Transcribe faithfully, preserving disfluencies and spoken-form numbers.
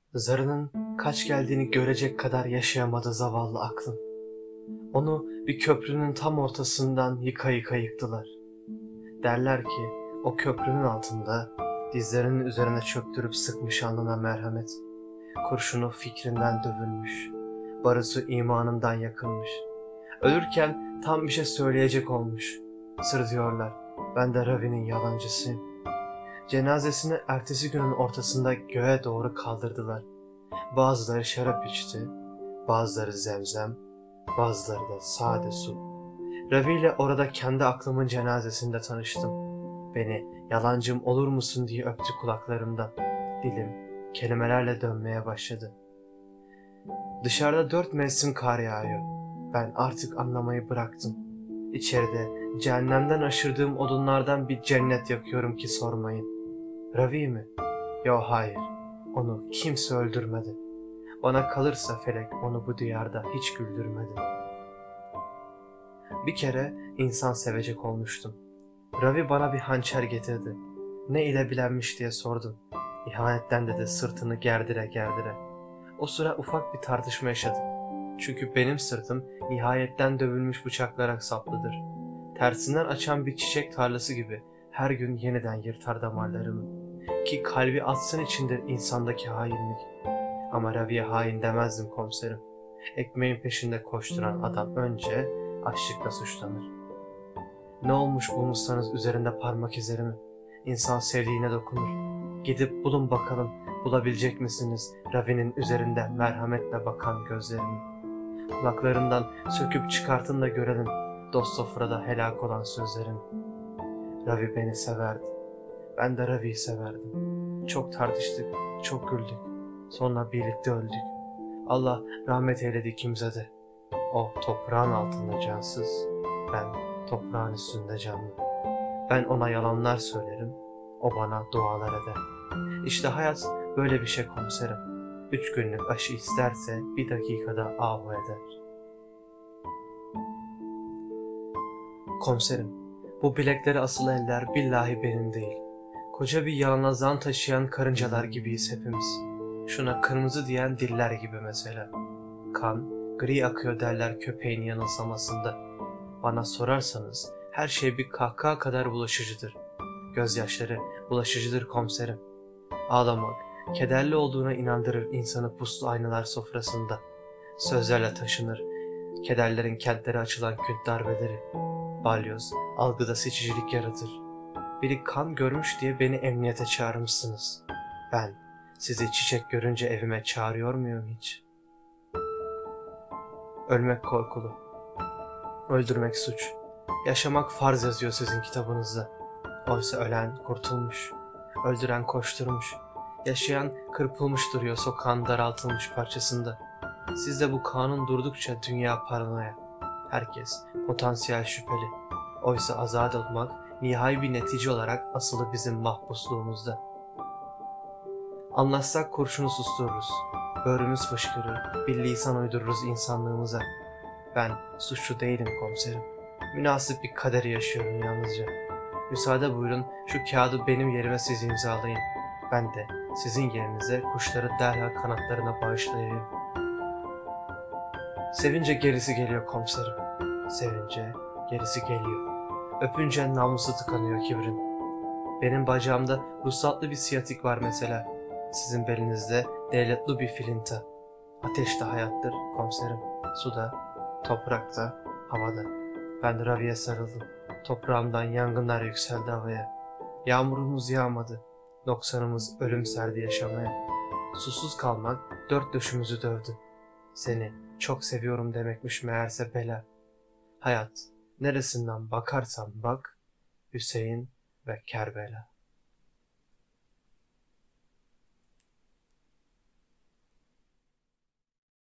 Zarının kaç geldiğini görecek kadar yaşayamadı zavallı aklın. Onu bir köprünün tam ortasından yıka yıka yıktılar. Derler ki o köprünün altında dizlerinin üzerine çöktürüp sıkmış alnına merhamet. Kurşunu fikrinden dövülmüş, barısı imanından yakılmış. Ölürken tam bir şey söyleyecek olmuş. Sır diyorlar, ben de Ravi'nin yalancısıyım. Cenazesini ertesi günün ortasında göğe doğru kaldırdılar. Bazıları şarap içti, bazıları zemzem, bazıları da sade su. Ravi ile orada kendi aklımın cenazesinde tanıştım. Beni yalancım olur musun diye öptü kulaklarımdan. Dilim kelimelerle dönmeye başladı. Dışarıda dört mevsim kar yağıyor. Ben artık anlamayı bıraktım. İçeride cehennemden aşırdığım odunlardan bir cennet yakıyorum ki sormayın. Ravi mi? Yo hayır. Onu kimse öldürmedi. Bana kalırsa felek onu bu diyarda hiç güldürmedi. Bir kere insan sevecek olmuştum. Ravi bana bir hançer getirdi. Ne ile bilenmiş diye sordum. İhanetten dedi sırtını gerdire gerdire. O sıra ufak bir tartışma yaşadık. Çünkü benim sırtım nihayetten dövülmüş bıçaklara saplıdır. Tersinden açan bir çiçek tarlası gibi her gün yeniden yırtar damarlarımı. Ki kalbi atsın içindir insandaki hainlik. Ama Ravi'ye hain demezdim komiserim. Ekmeğin peşinde koşturan adam önce açlıkla suçlanır. Ne olmuş bulmuşsanız üzerinde parmak izlerimi. İnsan sevdiğine dokunur. Gidip bulun bakalım bulabilecek misiniz Ravi'nin üzerinde merhametle bakan gözlerimi. Kulaklarından söküp çıkartın da görelim dost sofrada helak olan sözlerimi. Ravi beni severdi. Ben de Ravi'yi severdim. Çok tartıştık, çok güldük. Sonra birlikte öldük. Allah rahmet eyledi ikimize de. O toprağın altında cansız, ben toprağın üstünde canlı. Ben ona yalanlar söylerim, o bana dualar eder. İşte hayat böyle bir şey komiserim. Üç günlük aşı isterse bir dakikada ahu eder. Komiserim, bu bilekleri asılı eller billahi benim değil. Koca bir yalana zan taşıyan karıncalar gibiyiz hepimiz. Şuna kırmızı diyen diller gibi mesela. Kan, gri akıyor derler köpeğin yanılsamasında. Bana sorarsanız her şey bir kahkaha kadar bulaşıcıdır. Gözyaşları bulaşıcıdır komiserim. Ağlamak, kederli olduğuna inandırır insanı puslu aynalar sofrasında. Sözlerle taşınır, kederlerin kentlere açılan künt darbeleri. Balyoz, algıda seçicilik yaratır. Biri kan görmüş diye beni emniyete çağırmışsınız. Ben sizi çiçek görünce evime çağırıyor muyum hiç? Ölmek korkulu. Öldürmek suç. Yaşamak farz yazıyor sizin kitabınızda. Oysa ölen kurtulmuş. Öldüren koşturmuş. Yaşayan kırpılmış duruyor sokağın daraltılmış parçasında. Sizde bu kanun durdukça dünya paranoya. Herkes potansiyel şüpheli. Oysa azat olmak nihai bir netice olarak asılı bizim mahpusluğumuzda. Anlaşsak kurşunu sustururuz. Böğrümüz fışkırır, bir lisan uydururuz insanlığımıza. Ben suçlu değilim komiserim. Münasip bir kaderi yaşıyorum yalnızca. Müsaade buyurun şu kağıdı benim yerime siz imzalayın. Ben de sizin yerinize kuşları derhal kanatlarına bağışlayayım. Sevince gerisi geliyor komiserim. Sevince gerisi geliyor. Öpünce namusu tıkanıyor kibrin. Benim bacağımda ruhsatlı bir siyatik var mesela. Sizin belinizde devletli bir filinta. Ateş de hayattır komiserim. Suda, toprakta, havada. Ben Ravi'ye sarıldım. Toprağımdan yangınlar yükseldi havaya. Yağmurumuz yağmadı. Noksanımız ölüm serdi yaşamaya. Susuz kalmak dört döşümüzü dövdü. Seni çok seviyorum demekmiş meğerse bela. Hayat neresinden bakarsan bak, Hüseyin ve Kerbela.